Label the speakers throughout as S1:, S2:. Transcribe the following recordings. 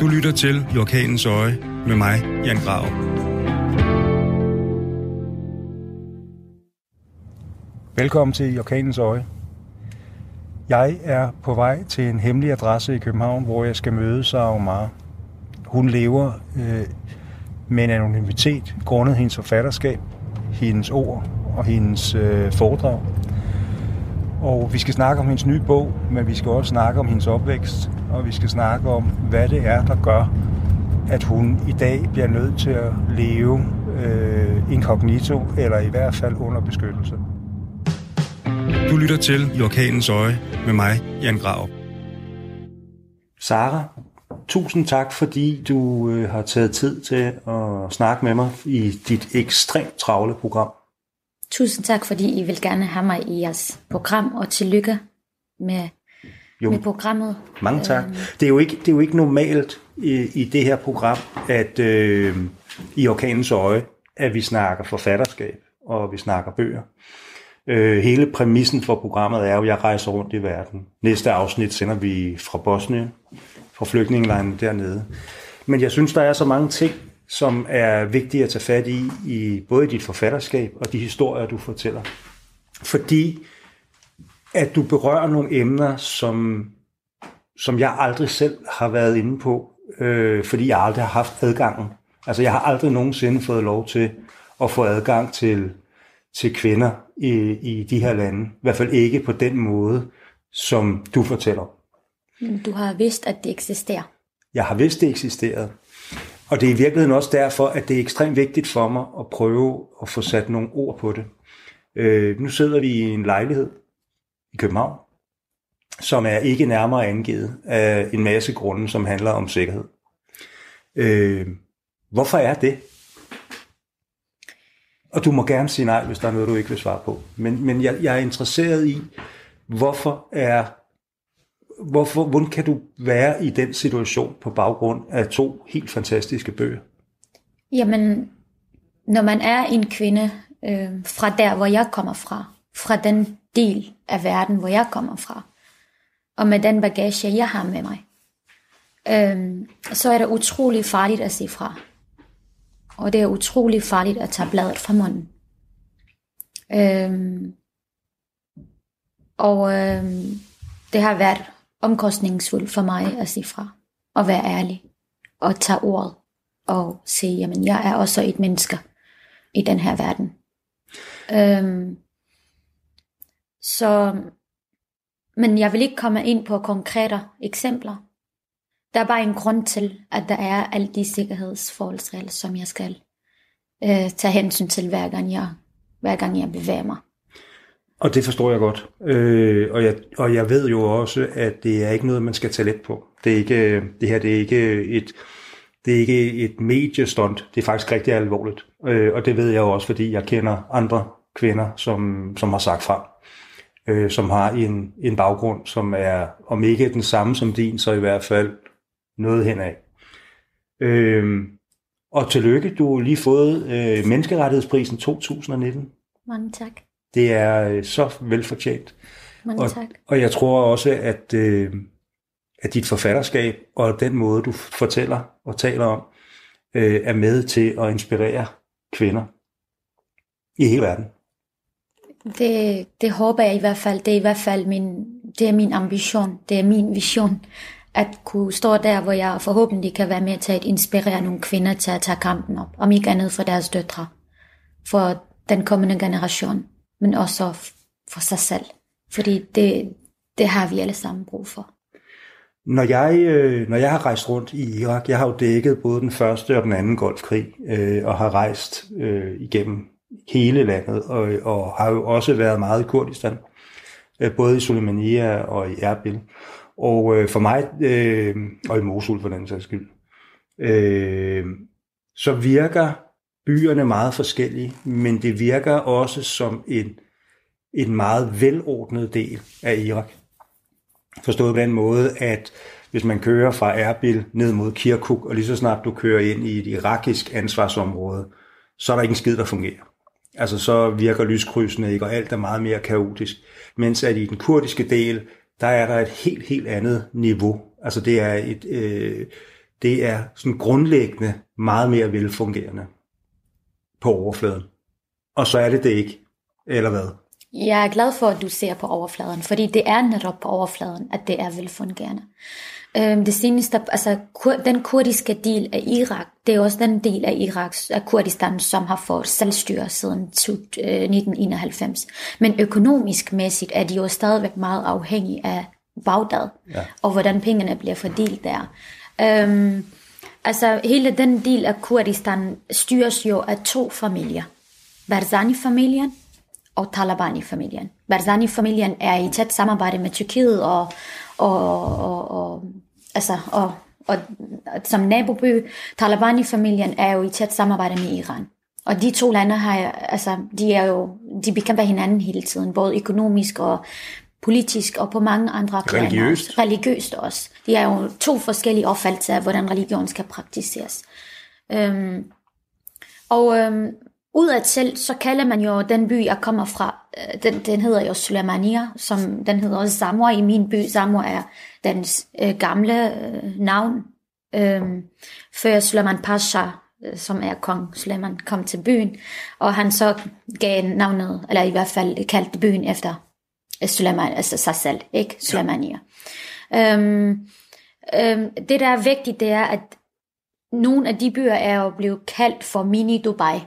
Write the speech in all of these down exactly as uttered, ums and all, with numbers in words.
S1: Du lytter til I Orkanens Øje med mig, Jan Grav.
S2: Velkommen til I Orkanens Øje. Jeg er på vej til en hemmelig adresse i København, hvor jeg skal møde Sara Omar. Hun lever øh, med en anonymitet grundet hendes forfatterskab, hendes ord og hendes øh, foredrag. Og vi skal snakke om hendes nye bog, men vi skal også snakke om hendes opvækst, og vi skal snakke om, hvad det er, der gør, at hun i dag bliver nødt til at leve øh, inkognito, eller i hvert fald under beskyttelse.
S1: Du lytter til I Orkanens Øje med mig, Jan Grav.
S2: Sara, tusind tak, fordi du øh, har taget tid til at snakke med mig i dit ekstremt travle program.
S3: Tusind tak, fordi I vil gerne have mig i jeres program, og tillykke med, med programmet.
S2: Mange tak. Det er jo ikke, det er jo ikke normalt i, i det her program, at øh, i Orkanens Øje, at vi snakker forfatterskab, og vi snakker bøger. Øh, hele præmissen for programmet er jo, at jeg rejser rundt i verden. Næste afsnit sender vi fra Bosnien, fra flygtningelejren dernede. Men jeg synes, der er så mange ting, som er vigtige at tage fat i, i både i dit forfatterskab og de historier, du fortæller. Fordi at du berører nogle emner, som, som jeg aldrig selv har været inde på, øh, fordi jeg aldrig har haft adgangen. Altså jeg har aldrig nogensinde fået lov til at få adgang til, til kvinder i, i de her lande. I hvert fald ikke på den måde, som du fortæller.
S3: Men du har vidst, at det eksisterer. Jeg
S2: har vidst, det eksisterede. Og det er i virkeligheden også derfor, at det er ekstremt vigtigt for mig at prøve at få sat nogle ord på det. Øh, nu sidder vi i en lejlighed i København, som er ikke nærmere angivet af en masse grunde, som handler om sikkerhed. Øh, hvorfor er det? Og du må gerne sige nej, hvis der er noget, du ikke vil svare på. Men, men jeg, jeg er interesseret i, hvorfor er... Hvorfor, hvordan kan du være i den situation på baggrund af to helt fantastiske bøger?
S3: Jamen, når man er en kvinde øh, fra der, hvor jeg kommer fra, fra den del af verden, hvor jeg kommer fra, og med den bagage, jeg har med mig, øh, så er det utrolig farligt at se fra. Og det er utrolig farligt at tage bladet fra munden. Øh, og øh, det har været omkostningsfuldt for mig at sige fra, og være ærlig, og tage ordet, og sige, jamen jeg er også et menneske i den her verden. Øhm, så, men jeg vil ikke komme ind på konkrete eksempler. Der er bare en grund til, at der er alle de sikkerhedsforholdsregler, som jeg skal øh, tage hensyn til, hver gang jeg, hver gang jeg bevæger mig.
S2: Og det forstår jeg godt. Øh, og, jeg, og jeg ved jo også, at det er ikke noget, man skal tage let på. Det, er ikke, det her det er ikke et, det er ikke et mediestunt. Det er faktisk rigtig alvorligt. Øh, og det ved jeg jo også, fordi jeg kender andre kvinder, som, som har sagt fra. Øh, som har en, en baggrund, som er, om ikke den samme som din, så i hvert fald noget henad. Øh, og tillykke, du har lige fået øh, Menneskerettighedsprisen to tusind nitten.
S3: Mange tak.
S2: Det er så velfortjent.
S3: Mange
S2: og,
S3: tak.
S2: Og jeg tror også, at, øh, at dit forfatterskab og den måde, du fortæller og taler om, øh, er med til at inspirere kvinder i hele verden.
S3: Det, det håber jeg i hvert fald. Det er i hvert fald min, det er min ambition. Det er min vision. At kunne stå der, hvor jeg forhåbentlig kan være med til at inspirere nogle kvinder til at tage kampen op. Om ikke andet for deres døtre. For den kommende generation. Men også for sig selv. Fordi det, det har vi alle sammen brug for.
S2: Når jeg, når jeg har rejst rundt i Irak, jeg har jo dækket både den første og den anden Golfkrig, øh, og har rejst øh, igennem hele landet, og, og har jo også været meget i Kurdistan, øh, både i Suleimania og i Erbil. Og øh, for mig, øh, og i Mosul for den sags skyld, øh, så virker byerne meget forskellige, men det virker også som en, en meget velordnet del af Irak. Forstået på den måde, at hvis man kører fra Erbil ned mod Kirkuk, og lige så snart du kører ind i et irakisk ansvarsområde, så er der ikke en skid, der fungerer. Altså så virker lyskrydsene ikke, og alt er meget mere kaotisk. Mens at i den kurdiske del, der er der et helt, helt andet niveau. Altså det er et, øh, det er sådan grundlæggende meget mere velfungerende på overfladen. Og så er det det ikke, eller hvad?
S3: Jeg er glad for, at du ser på overfladen, fordi det er netop på overfladen, at det er velfungerende. Øhm, det seneste, altså den kurdiske del af Irak, det er også den del af Irak, af Kurdistan, som har fået selvstyre siden nitten enoghalvfems. Men økonomisk mæssigt er de jo stadigvæk meget afhængige af Bagdad, ja. Og hvordan pengene bliver fordelt der. Øhm, altså hele den del af Kurdistan styres jo af to familier. Barzani-familien og Talabani-familien. Barzani-familien er i tæt samarbejde med Tyrkiet og, og, og, og, altså, og, og som naboby. Talabani-familien er jo i tæt samarbejde med Iran. Og de to lande har, altså, de er jo, de bekæmper hinanden hele tiden, både økonomisk og politisk og på mange andre planer.
S2: Religiøst.
S3: Religiøst også. De er jo to forskellige opfattelser af, hvordan religion skal praktiseres. Øhm, og øhm, udadtil, så kalder man jo den by, jeg kommer fra, den, den hedder jo Suleimania, som den hedder også Zamor i min by. Zamor er dens øh, gamle øh, navn. Øhm, før Suleiman Pasha, øh, som er kong Suleiman, kom til byen, og han så gav navnet, eller i hvert fald kaldte byen efter Suleiman, altså sig selv, ikke? Suleimania. Ja. Øhm, øhm, det der er vigtigt, det er, at nogle af de byer er jo blevet kaldt for mini-Dubai.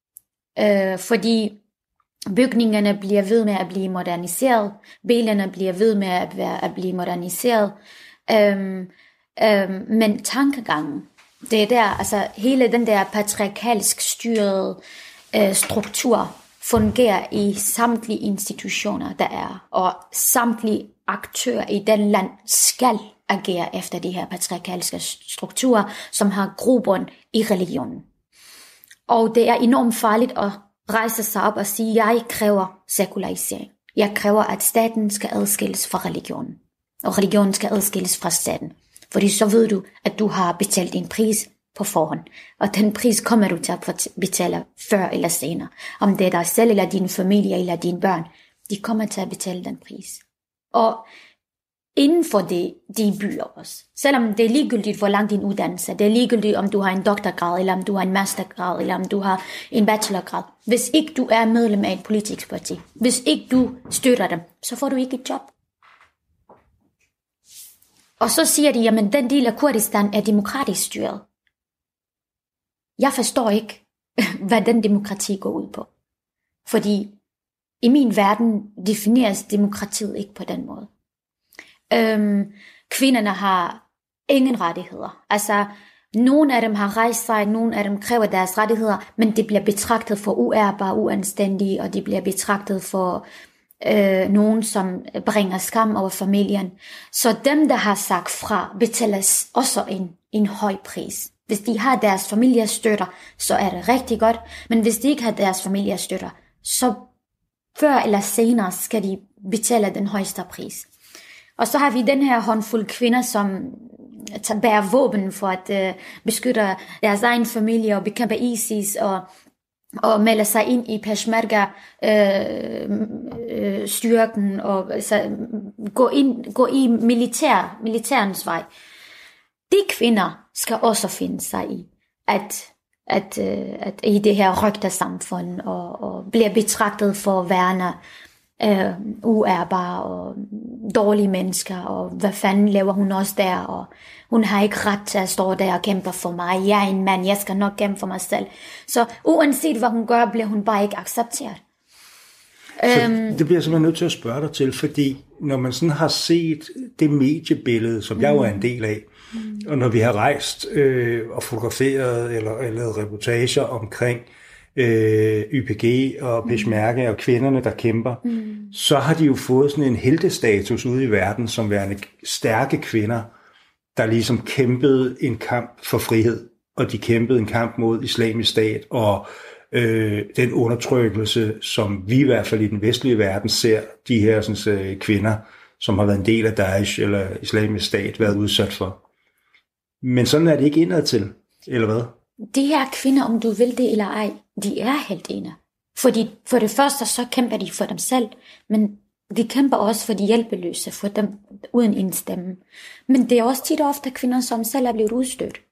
S3: Øh, fordi bygningerne bliver ved med at blive moderniseret, bilerne bliver ved med at, være, at blive moderniseret, øhm, øhm, men tankegangen, det er der, altså hele den der patriarkalsk styrede øh, struktur fungerer i samtlige institutioner, der er, og samtlige aktører i den land skal agere efter de her patriarkalske strukturer, som har grobund i religionen. Og det er enormt farligt at rejse sig op og sige, jeg kræver sekularisering. Jeg kræver, at staten skal adskilles fra religionen. Og religionen skal adskilles fra staten. Fordi så ved du, at du har betalt en pris på forhånd. Og den pris kommer du til at betale før eller senere. Om det er dig selv, eller din familie, eller dine børn. De kommer til at betale den pris. Og inden for det, de byer også. Selvom det er ligegyldigt, hvor lang din uddannelse. Det er ligegyldigt, om du har en doktorgrad, eller om du har en mastergrad, eller om du har en bachelorgrad. Hvis ikke du er medlem af et politisk parti, hvis ikke du støtter dem, så får du ikke et job. Og så siger de, jamen den del af Kurdistan er demokratisk styret. Jeg forstår ikke, hvad den demokrati går ud på. Fordi i min verden defineres demokratiet ikke på den måde. Øhm, kvinderne har ingen rettigheder. Altså, nogle af dem har rejst sig, nogle af dem kræver deres rettigheder, men de bliver betragtet for uærbare, uanstændige, og de bliver betragtet for øh, nogen, som bringer skam over familien. Så dem, der har sagt fra, betaler også en, en høj pris. Hvis de har deres familiestøtter, så er det rigtig godt, men hvis de ikke har deres familiestøtter, så før eller senere skal de betale den højeste pris. Og så har vi den her håndfuld kvinder, som bærer våben for at øh, beskytte deres egen familie og bekæmpe ISIS og, og melder sig ind i Peshmerga-styrken øh, øh, og altså, gå, ind, gå i militær, militærens vej. De kvinder skal også finde sig i, at, at, øh, at i det her rygtesamfund og, og bliver betragtet for at værne øh, uærbare og dårlige mennesker, og hvad fanden laver hun også der, og hun har ikke ret til at stå der og kæmpe for mig. Jeg er en mand, jeg skal nok kæmpe for mig selv. Så uanset hvad hun gør, bliver hun bare ikke accepteret.
S2: Så øhm, det bliver jeg simpelthen nødt til at spørge dig til, fordi når man sådan har set det mediebillede, som jeg jo er en del af, mm. og når vi har rejst øh, og fotograferet eller, eller lavet reportager omkring øh, Y P G og Peshmerga mm. og kvinderne, der kæmper, mm. så har de jo fået sådan en heltestatus ude i verden, som værende stærke kvinder, der ligesom kæmpede en kamp for frihed, og de kæmpede en kamp mod Islamisk Stat, og øh, den undertrykkelse, som vi i hvert fald i den vestlige verden ser, de her sådan, øh, kvinder, som har været en del af Daesh eller Islamisk Stat, været udsat for. Men sådan er det ikke indadtil, eller hvad?
S3: De her kvinder, om du vil det eller ej, de er heltinde. Fordi for det første, så kæmper de for dem selv, men de kæmper også for de hjælpeløse, for dem uden en stemme. Men det er også tit og ofte kvinder, som selv er blevet udstødt.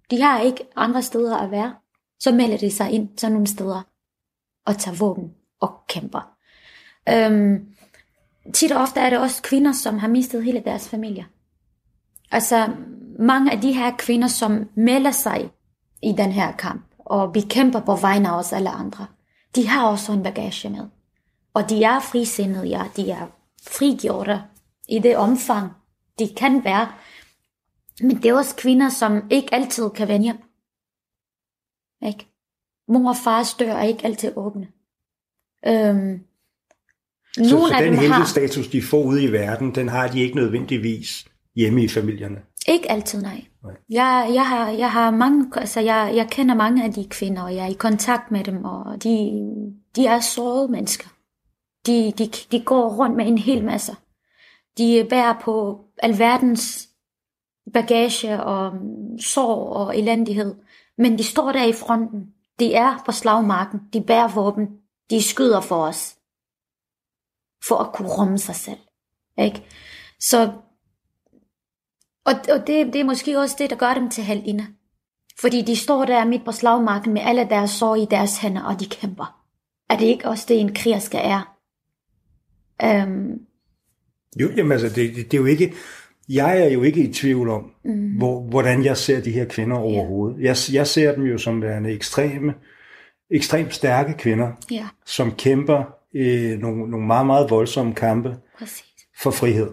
S3: De har ikke andre steder at være. Så melder de sig ind til nogle steder og tager våben og kæmper. Øhm, tit og ofte er det også kvinder, som har mistet hele deres familie. Altså mange af de her kvinder, som melder sig i den her kamp og bekæmper på vegne af os alle andre, de har også en bagage med. Og de er frisindede, ja, de er frigjorte i det omfang, de kan være. Men det er også kvinder, som ikke altid kan vende hjem. Ikke? Mor og fars dør er ikke altid åbne. Øhm,
S2: så så den heltestatus, har... de får ude i verden, den har de ikke nødvendigvis hjemme i familierne?
S3: Ikke altid, nej. nej. Jeg, jeg, har, jeg, har mange, altså jeg, jeg kender mange af de kvinder, og jeg er i kontakt med dem, og de, de er sårede mennesker. De, de, de går rundt med en hel masse. De bærer på alverdens bagage og sorg og elendighed. Men de står der i fronten. De er på slagmarken. De bærer våben. De skyder for os. For at kunne rumme sig selv. Ikke? Så, og, og det, det er måske også det, der gør dem til heltinder. Fordi de står der midt på slagmarken med alle deres sorg i deres hænder, og de kæmper. Er det ikke også det, en kriger skal er? Um,
S2: jo, jamen altså, det, det, det er jo ikke... Jeg er jo ikke i tvivl om, mm. hvor, hvordan jeg ser de her kvinder overhovedet. Yeah. Jeg, jeg ser dem jo som værende ekstreme, ekstremt stærke kvinder, yeah. som kæmper øh, nogle, nogle meget, meget voldsomme kampe Præcis. for frihed.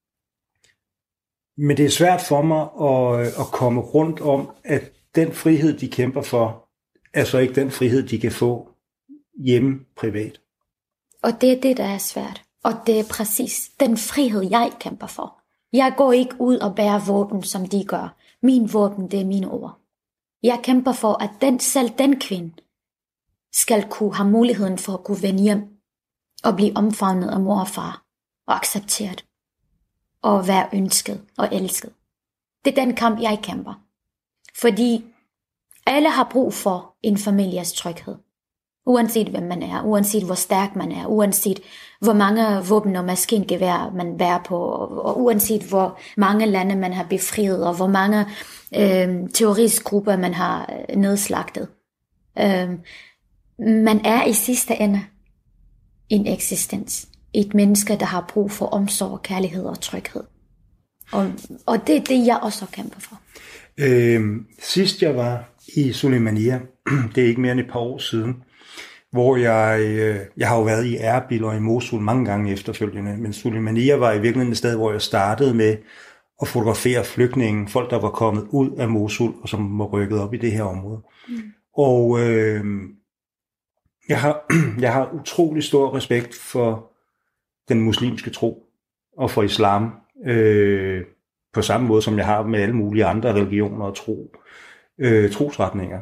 S2: Men det er svært for mig at, at komme rundt om, at den frihed, de kæmper for, er så ikke den frihed, de kan få hjemme privat.
S3: Og det er det, der er svært. Og det er præcis den frihed, jeg kæmper for. Jeg går ikke ud og bærer våben, som de gør. Min våben, det er mine ord. Jeg kæmper for, at den, selv den kvinde skal kunne have muligheden for at kunne vende hjem og blive omfavnet af mor og far og accepteret og være ønsket og elsket. Det er den kamp, jeg kæmper. Fordi alle har brug for en families tryghed. Uanset hvem man er, uanset hvor stærk man er, uanset hvor mange våben og maskingevær man bærer på, og uanset hvor mange lande man har befriet, og hvor mange øh, terroristgrupper man har nedslagtet. Øh, man er i sidste ende en eksistens. Et menneske, der har brug for omsorg, kærlighed og tryghed. Og, og det er det, jeg også kæmper for.
S2: Øh, sidst jeg var i Sulaymaniyah, det er ikke mere end et par år siden, hvor jeg, jeg har jo været i Erbil og i Mosul mange gange efterfølgende, men Sulaymaniyah var i virkeligheden et sted, hvor jeg startede med at fotografere flygtninge, folk der var kommet ud af Mosul og som var rykket op i det her område. Mm. Og øh, jeg, har, jeg har utrolig stor respekt for den muslimske tro og for islam, øh, på samme måde som jeg har med alle mulige andre religioner og tro, øh, trosretninger.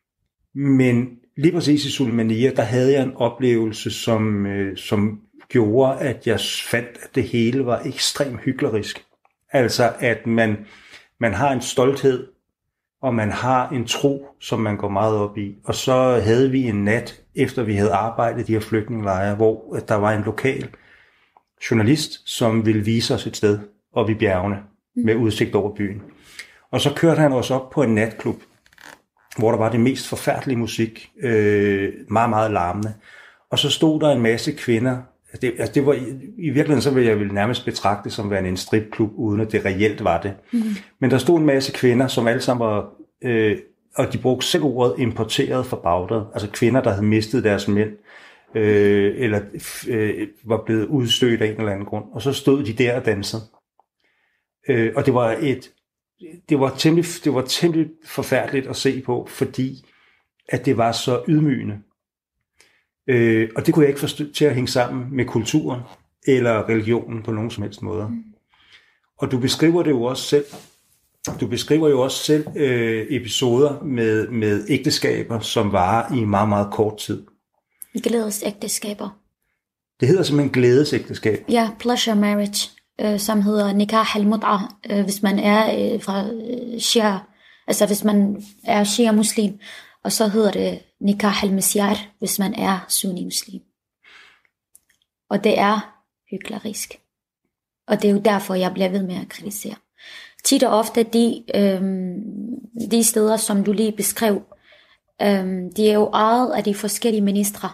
S2: Men lige præcis i Sulaymaniyah, der havde jeg en oplevelse, som, øh, som gjorde, at jeg fandt, at det hele var ekstremt hyklerisk. Altså, at man, man har en stolthed, og man har en tro, som man går meget op i. Og så havde vi en nat, efter vi havde arbejdet i de her flygtningelejre, hvor der var en lokal journalist, som ville vise os et sted oppe i bjergene, med udsigt over byen. Og så kørte han os op på en natklub, hvor der var det mest forfærdelige musik, øh, meget, meget larmende. Og så stod der en masse kvinder. Det, altså det var, i, I virkeligheden så ville jeg vel nærmest betragte det som værende en stripklub, uden at det reelt var det. Mm. Men der stod en masse kvinder, som alle sammen var, øh, og de brugte selv ordet importeret fra Bagdad. Altså kvinder, der havde mistet deres mænd, øh, eller øh, var blevet udstødt af en eller anden grund. Og så stod de der og dansede. Øh, og det var et Det var, temmelig, det var temmelig forfærdeligt at se på, fordi at det var så ydmygende. Øh, og det kunne jeg ikke få til at hænge sammen med kulturen eller religionen på nogen som helst måde. Mm. Og du beskriver det jo også selv. Du beskriver jo også selv øh, episoder med, med ægteskaber, som varer i meget, meget kort tid.
S3: Glædesægteskaber.
S2: Det hedder simpelthen glædesægteskab.
S3: Ja, pleasure marriage. Som hedder nikah al-mut'a, hvis man er fra shia, altså hvis man er shia-muslim, og så hedder det nikah al-misyar, hvis man er sunni-muslim. Og det er hyklerisk. Og det er jo derfor, jeg bliver ved med at kritisere. Tit og ofte de, øhm, de steder, som du lige beskrev, øhm, de er jo ejet af de forskellige ministre,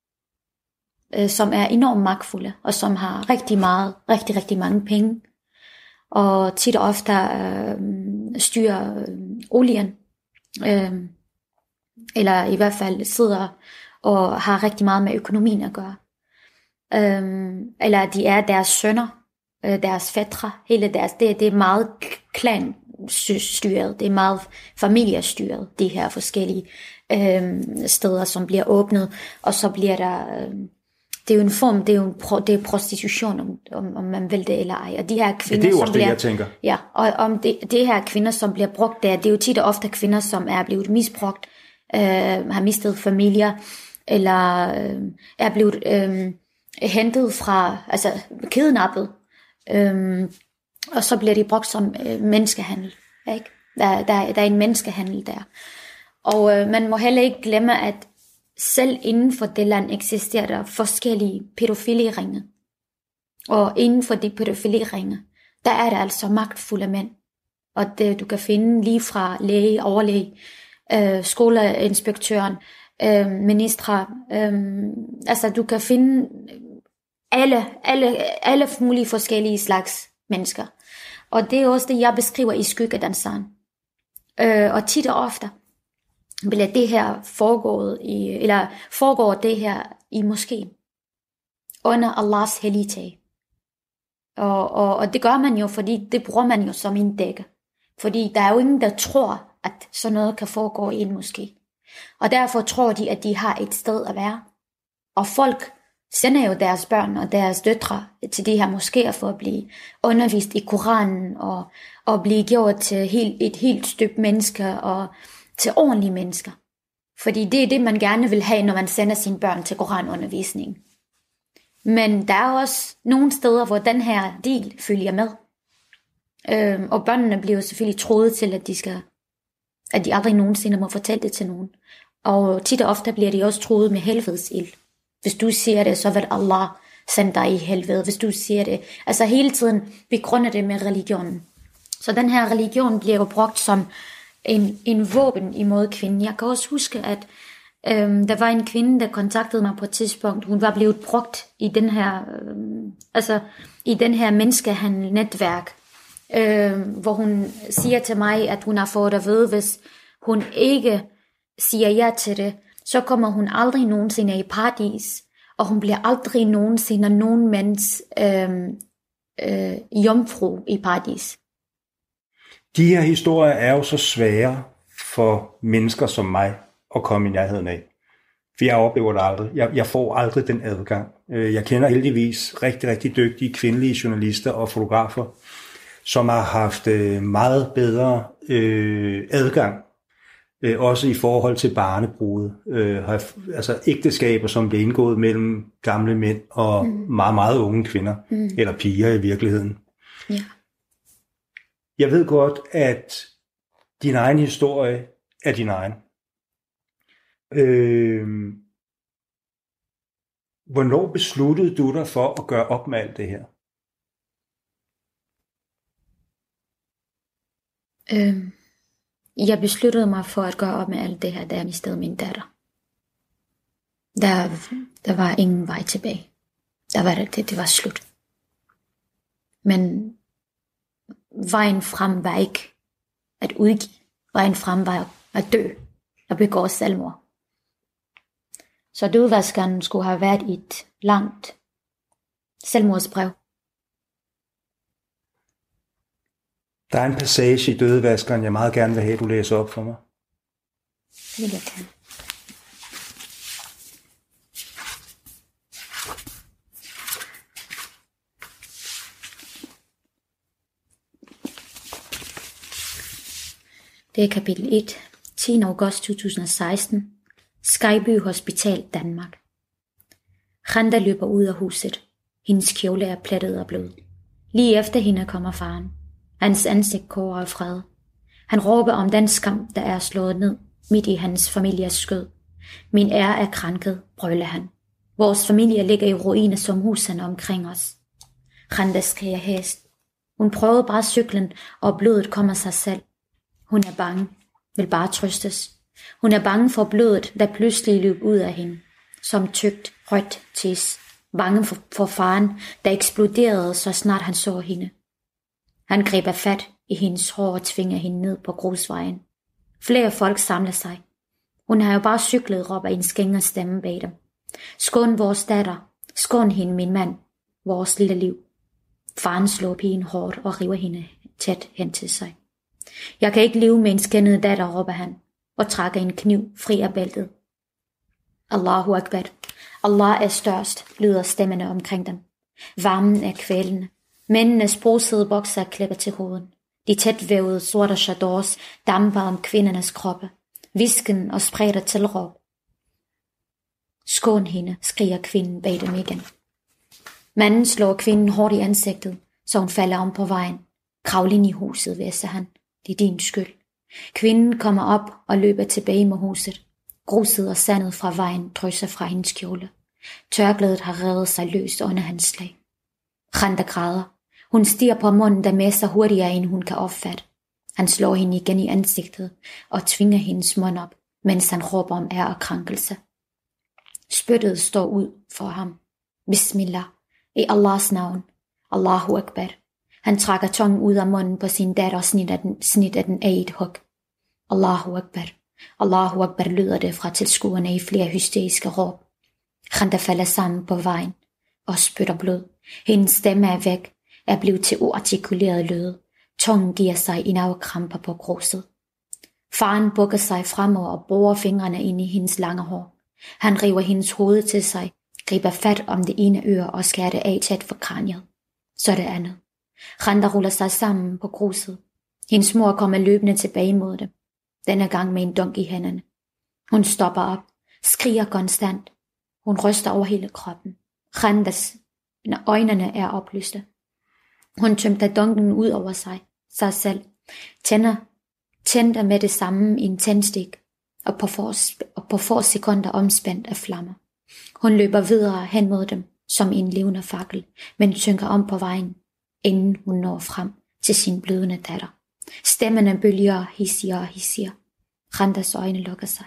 S3: øh, som er enormt magtfulde, og som har rigtig meget, rigtig, rigtig mange penge. Og tit og ofte øh, styrer øh, olien, øh, eller i hvert fald sidder og har rigtig meget med økonomien at gøre. Øh, eller de er deres sønner, øh, deres fætre, hele deres, det, det er meget klanstyret, det er meget familiestyret, de her forskellige øh, steder, som bliver åbnet, og så bliver der... Øh, det er jo en form, det er jo en pro, det er prostitution, om, om, om man vil det eller ej. Og de her kvinder,
S2: ja, det er jo
S3: som
S2: også
S3: bliver,
S2: det, jeg tænker.
S3: Ja, og om det, det her kvinder, som bliver brugt der, det er jo tit og ofte kvinder, som er blevet misbrugt, øh, har mistet familier, eller øh, er blevet øh, hentet fra, altså kidnappet, øh, og så bliver de brugt som øh, menneskehandel. Ikke? Der, der, der er en menneskehandel der. Og øh, man må heller ikke glemme, at selv inden for det land eksisterer der forskellige pædofiliringe. Og inden for de pædofiliringe, der er der altså magtfulde mænd. Og det du kan finde lige fra læge, overlæge, øh, skoleinspektøren, øh, ministre. Øh, altså du kan finde alle, alle, alle mulige forskellige slags mennesker. Og det er også det, jeg beskriver i Skyggedanseren. Øh, og tit og ofte bliver det her foregået i, eller foregår det her i moskeen, under Allahs hellige tag. Og, og, og det gør man jo, fordi det bruger man jo som en dække. Fordi der er jo ingen, der tror, at sådan noget kan foregå i en moské. Og derfor tror de, at de har et sted at være. Og folk sender jo deres børn og deres døtre til de her moskéer for at blive undervist i Koranen, og, og blive gjort til helt, et helt stykke menneske, og til ordentlige mennesker. Fordi det er det, man gerne vil have, når man sender sine børn til koranundervisning. Men der er også nogle steder, hvor den her del følger med. Øhm, og børnene bliver selvfølgelig troet til, at de skal, at de aldrig nogensinde må fortælle det til nogen. Og tit og ofte bliver de også troet med helvedes ild. Hvis du siger det, så vil Allah sende dig i helvede. Hvis du siger det. Altså hele tiden begrunder det med religionen. Så den her religion bliver jo brugt som En, en våben imod kvinden. Jeg kan også huske, at øhm, der var en kvinde, der kontaktede mig på et tidspunkt. Hun var blevet brugt i den her, øhm, altså i den her menneskehandel-netværk, øhm, hvor hun siger til mig, at hun har fået at vide, hvis hun ikke siger ja til det, så kommer hun aldrig nogensinde i paradis, og hun bliver aldrig nogensinde nogen mænds øhm, øh, jomfru i paradis.
S2: De her historier er jo så svære for mennesker som mig at komme i nærheden af. For jeg oplever det aldrig. Jeg, jeg får aldrig den adgang. Jeg kender heldigvis rigtig, rigtig dygtige kvindelige journalister og fotografer, som har haft meget bedre øh, adgang, øh, også i forhold til barnebrud. Øh, altså ægteskaber, som bliver indgået mellem gamle mænd og mm. meget, meget unge kvinder, mm. eller piger i virkeligheden.
S3: Ja.
S2: Jeg ved godt, at din egen historie er din egen. Øh, hvornår besluttede du dig for at gøre op med alt det her?
S3: Øh, jeg besluttede mig for at gøre op med alt det her, da jeg mistede min datter. Der, der var ingen vej tilbage. Der var det, det var slut. Men vejen frem var ikke at udgive. Vejen frem var at dø og begå selvmord. Så dødvaskeren skulle have været i et langt selvmordsbrev.
S2: Der er en passage i Dødevaskeren, jeg meget gerne vil have, du læser op for mig.
S3: Det vil jeg gerne. Det er kapitel et, tiende august to tusind og seksten, Skyby Hospital, Danmark. Randa løber ud af huset. Hendes kjole er plettet og blød. Lige efter hende kommer faren. Hans ansigt koger af fred. Han råber om den skam, der er slået ned midt i hans families skød. Min ære er krænket, brøler han. Vores familie ligger i ruiner som husene omkring os. Randa skriger hæst. Hun prøvede bare cyklen, og blodet kommer sig selv. Hun er bange, vil bare trøstes. Hun er bange for blodet, der pludselig løb ud af hende, som tykt, rødt tis. Bange for, for faren, der eksploderede, så snart han så hende. Han griber fat i hendes hår og tvinger hende ned på grusvejen. Flere folk samler sig. Hun har jo bare cyklet, råber en skænger stemme bag dem. Skån vores datter. Skån hende, min mand. Vores lille liv. Faren slår pigen hårdt og river hende tæt hen til sig. Jeg kan ikke leve med en skændende datter, råber han, og trækker en kniv fri af bæltet. Allahu Akbar. Allah er størst, lyder stemmerne omkring dem. Varmen er kvælende. Mændenes brusede bokser klipper til hovedet. De tætvævede sorte chadors damper om kvindernes kroppe. Visken og spredte tilråb. Skån hende, skriger kvinden bag dem igen. Manden slår kvinden hårdt i ansigtet, så hun falder om på vejen. Kravl ind i huset, væser han. Det er din skyld. Kvinden kommer op og løber tilbage mod huset. Gruset og sandet fra vejen drysser fra hendes kjole. Tørklædet har revet sig løst under hans slag. Khanda græder. Hun stiger på munden, der messer hurtigere, end hun kan opfatte. Han slår hende igen i ansigtet og tvinger hendes mund op, mens han råber om ære og krænkelse. Spyttet står ud for ham. Bismillah. I Allahs navn. Allahu Akbar. Han trækker tungen ud af munden på sin datter og snitter den, snitter den af et hug. Allahu Akbar. Allahu Akbar lyder det fra tilskuerne i flere hysteriske råb. Khanda falder sammen på vejen og spytter blod. Hendes stemme er væk, er blevet til uartikuleret lyde. Tungen giver sig i nervekramper på gruset. Faren bukker sig fremover og borer fingrene ind i hendes lange hår. Han river hendes hoved til sig, griber fat om det ene øre og skærer det af tæt for kraniet. Så det andet. Khanda ruller sig sammen på gruset. Hendes mor kommer løbende tilbage mod dem. Denne gang med en dunk i hænderne. Hun stopper op, skriger konstant. Hun ryster over hele kroppen. Khandas øjnene er oplyste. Hun tømte dunken ud over sig, sig selv. Tænder, tænder med det samme i en tændstik, og på, få, og på få sekunder omspændt af flammer. Hun løber videre hen mod dem, som en levende fakkel, men synker om på vejen, inden hun når frem til sin blødende datter. Stemmerne bølger hissier og hissier. Khandas øjne lukker sig.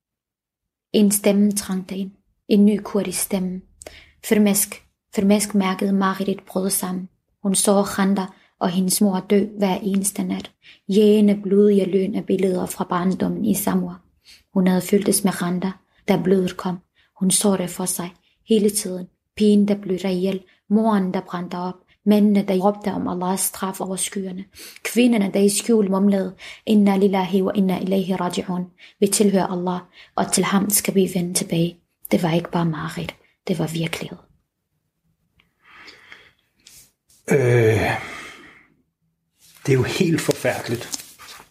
S3: En stemme trængte ind. En ny kurdisk stemme. Firmesk, firmesk mærkede Marit brød sammen. Hun så Khanda og hendes mor dø hver eneste nat. Jægende blodige løn af billeder fra barndommen i Samua. Hun havde føltes med Khanda, da blodet kom. Hun så det for sig hele tiden. Pigen, der blev der ihjel. Moren, der brændte op. Mændene, der råbte om Allahs straf over skyerne. Kvinderne, der i skjul mumlede, Inna lillahi wa inna ilaihi raji'un. Vi tilhører Allah, og til ham skal vi vende tilbage. Det var ikke bare mareridt, det var virkelighed.
S2: Øh, det er jo helt forfærdeligt.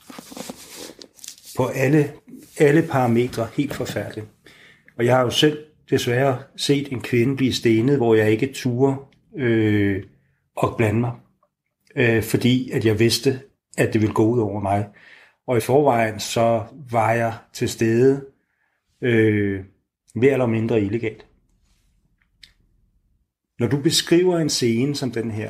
S2: På alle, alle parametre helt forfærdeligt. Og jeg har jo selv desværre set en kvinde blive stenet, hvor jeg ikke turde øh, at blande mig. Øh, fordi at jeg vidste, at det ville gå ud over mig. Og i forvejen så var jeg til stede øh, mere eller mindre illegalt. Når du beskriver en scene som den her,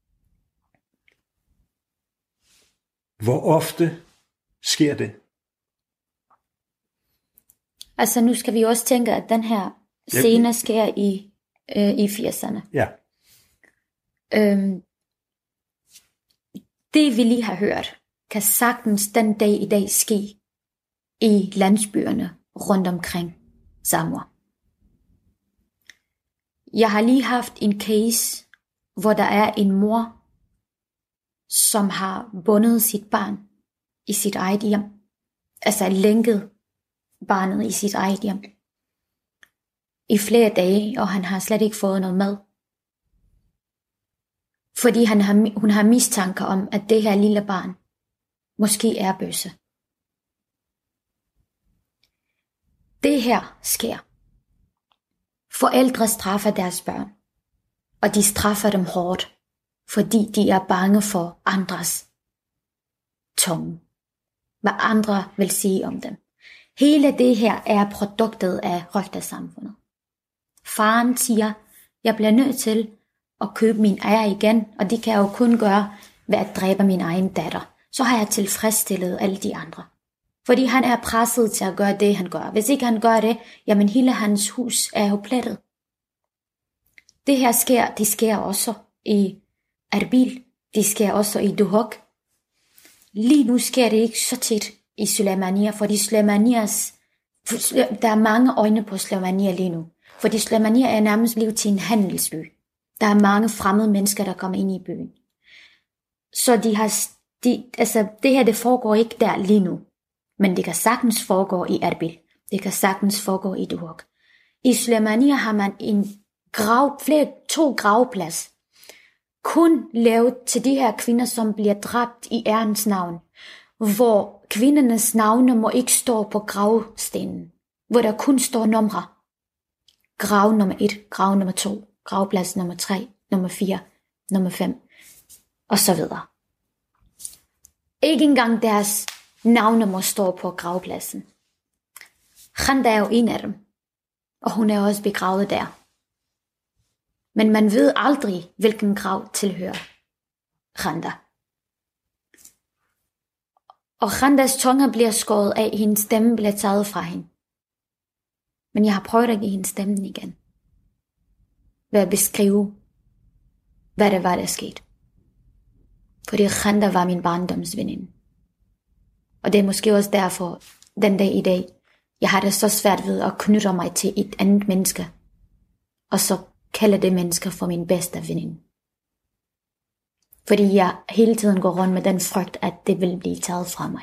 S2: hvor ofte sker det?
S3: Altså nu skal vi også tænke, at den her scene ja. sker i, øh, i firserne.
S2: Ja.
S3: Øhm, det vi lige har hørt, kan sagtens den dag i dag ske i landsbyerne rundt omkring Samua. Jeg har lige haft en case, hvor der er en mor, som har bundet sit barn i sit eget hjem. Altså lænket barnet i sit eget hjem. I flere dage, og han har slet ikke fået noget mad. Fordi han har, hun har mistanke om, at det her lille barn måske er bøsse. Det her sker. Forældre straffer deres børn, og de straffer dem hårdt, fordi de er bange for andres tunge. Hvad andre vil sige om dem. Hele det her er produktet af røgtersamfundet. Faren siger, jeg bliver nødt til at købe min ære igen, og det kan jeg jo kun gøre, ved at dræbe min egen datter, så har jeg tilfredsstillet alle de andre. Fordi han er presset til at gøre det, han gør. Hvis ikke han gør det, jamen hele hans hus er jo plettet. Det her sker, det sker også i Erbil, det sker også i Duhok. Lige nu sker det ikke så tit i Suleymaniye, fordi Suleymanias, der er mange øjne på Suleymaniye lige nu. Fordi Suleymaniye er nærmest blevet til en handelsby. Der er mange fremmede mennesker, der kommer ind i byen. Så de har, de, altså, det her det foregår ikke der lige nu. Men det kan sagtens foregå i Erbil. Det kan sagtens foregå i Duhok. I Suleymaniye har man en grav, flere, to gravplads. Kun lavet til de her kvinder, som bliver dræbt i ærens navn. Hvor kvindernes navne må ikke stå på gravstenen. Hvor der kun står numre. Grav nummer et, grav nummer to, gravplads nummer tre, nummer fire, nummer fem, og så videre. Ikke engang deres navne må stå på gravpladsen. Khanda er jo en af dem, og hun er også begravet der. Men man ved aldrig, hvilken grav tilhører Khanda. Og Khandas tunge bliver skåret af, hendes stemme bliver taget fra hende. Men jeg har prøvet at give hende stemmen igen. Ved at beskrive, hvad det var, der skete. Fordi Khanda var min barndomsveninde. Og det er måske også derfor, den dag i dag, jeg har det så svært ved at knytte mig til et andet menneske. Og så kalde det menneske for min bedste veninde. Fordi jeg hele tiden går rundt med den frygt, at det vil blive taget fra mig.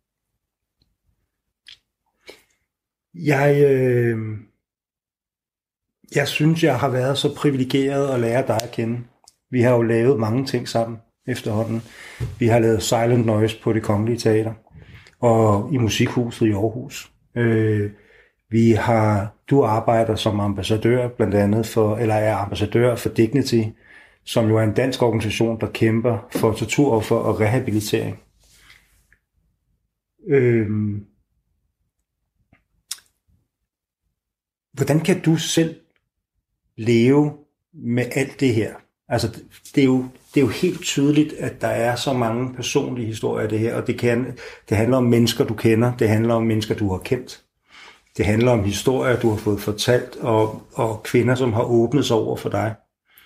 S2: Jeg, øh, jeg synes, jeg har været så privilegeret at lære dig at kende. Vi har jo lavet mange ting sammen efterhånden. Vi har lavet Silent Noise på Det Kongelige Teater og i Musikhuset i Aarhus. Øh, vi har, du arbejder som ambassadør blandt andet for, eller er ambassadør for Dignity, som jo er en dansk organisation, der kæmper for torturoffer og rehabilitering. Øh, Hvordan kan du selv leve med alt det her? Altså, det er jo, det er jo helt tydeligt, at der er så mange personlige historier af det her, og det, kan, det handler om mennesker, du kender, det handler om mennesker, du har kendt. Det handler om historier, du har fået fortalt, og, og kvinder, som har åbnet sig over for dig.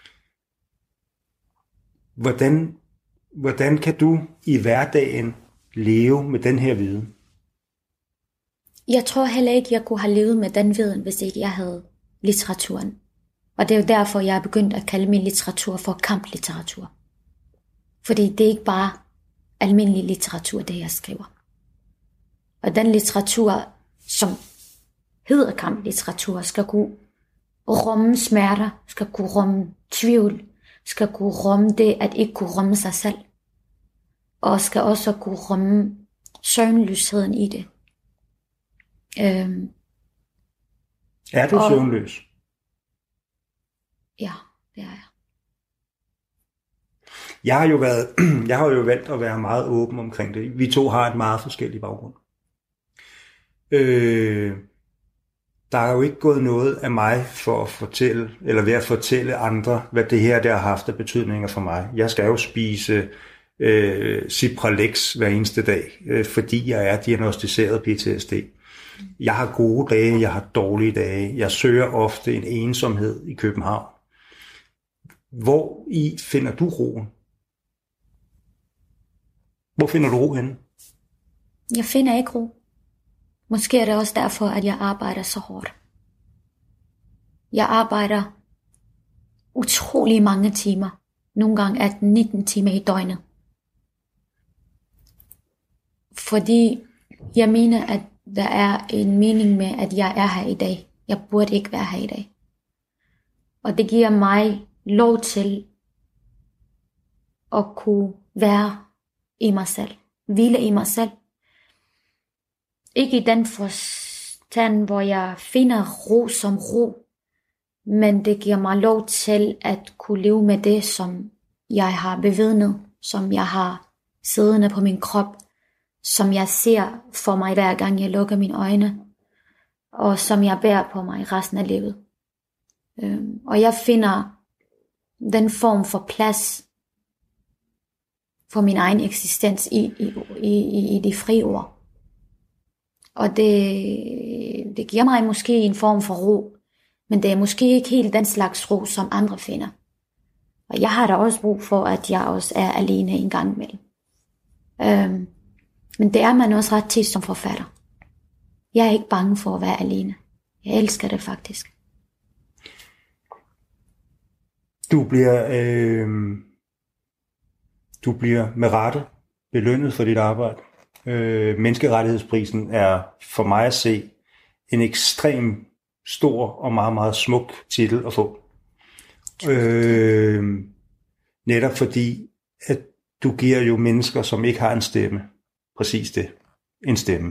S2: Hvordan, hvordan kan du i hverdagen leve med den her viden?
S3: Jeg tror heller ikke, jeg kunne have levet med den viden, hvis ikke jeg havde litteraturen. Og det er jo derfor, jeg er begyndt at kalde min litteratur for kamplitteratur. Fordi det er ikke bare almindelig litteratur, det jeg skriver. Og den litteratur, som hedder kamplitteratur, skal kunne rumme smerter, skal kunne rumme tvivl, skal kunne rumme det at ikke kunne rumme sig selv. Og skal også kunne rumme søvnløsheden i det. Øhm,
S2: er du og, søvnløs?
S3: Ja, det er jeg.
S2: Jeg har jo været, jeg har jo valgt at være meget åben omkring det. Vi to har et meget forskellig baggrund. Øh, der er jo ikke gået noget af mig for at fortælle, eller ved at fortælle andre, hvad det her der har haft af betydninger for mig. Jeg skal jo spise øh, Cipralex hver eneste dag, øh, fordi jeg er diagnosticeret P T S D. Jeg har gode dage, jeg har dårlige dage. Jeg søger ofte en ensomhed i København. Hvor i finder du roen? Hvor finder du ro henne?
S3: Jeg finder ikke ro. Måske er det også derfor, at jeg arbejder så hårdt. Jeg arbejder utrolig mange timer. Nogle gange atten nitten timer i døgnet. Fordi jeg mener, at der er en mening med, at jeg er her i dag. Jeg burde ikke være her i dag. Og det giver mig lov til at kunne være i mig selv. Hvile i mig selv. Ikke i den forstand, hvor jeg finder ro som ro. Men det giver mig lov til at kunne leve med det, som jeg har bevidnet. Som jeg har siddende på min krop. Som jeg ser for mig hver gang jeg lukker mine øjne, og som jeg bærer på mig resten af livet. Øhm, og jeg finder den form for plads for min egen eksistens i, i, i, i det frie ord. Og det, det giver mig måske en form for ro, men det er måske ikke helt den slags ro, som andre finder. Og jeg har da også brug for, at jeg også er alene en gang imellem. Øhm, men det er man også ret tit som forfatter. Jeg er ikke bange for at være alene. Jeg elsker det faktisk.
S2: Du bliver, øh, du bliver med rette belønnet for dit arbejde. Øh, menneskerettighedsprisen er for mig at se en ekstrem stor og meget, meget smuk titel at få. Øh, netop fordi, at du giver jo mennesker, som ikke har en stemme, præcis det, en stemme.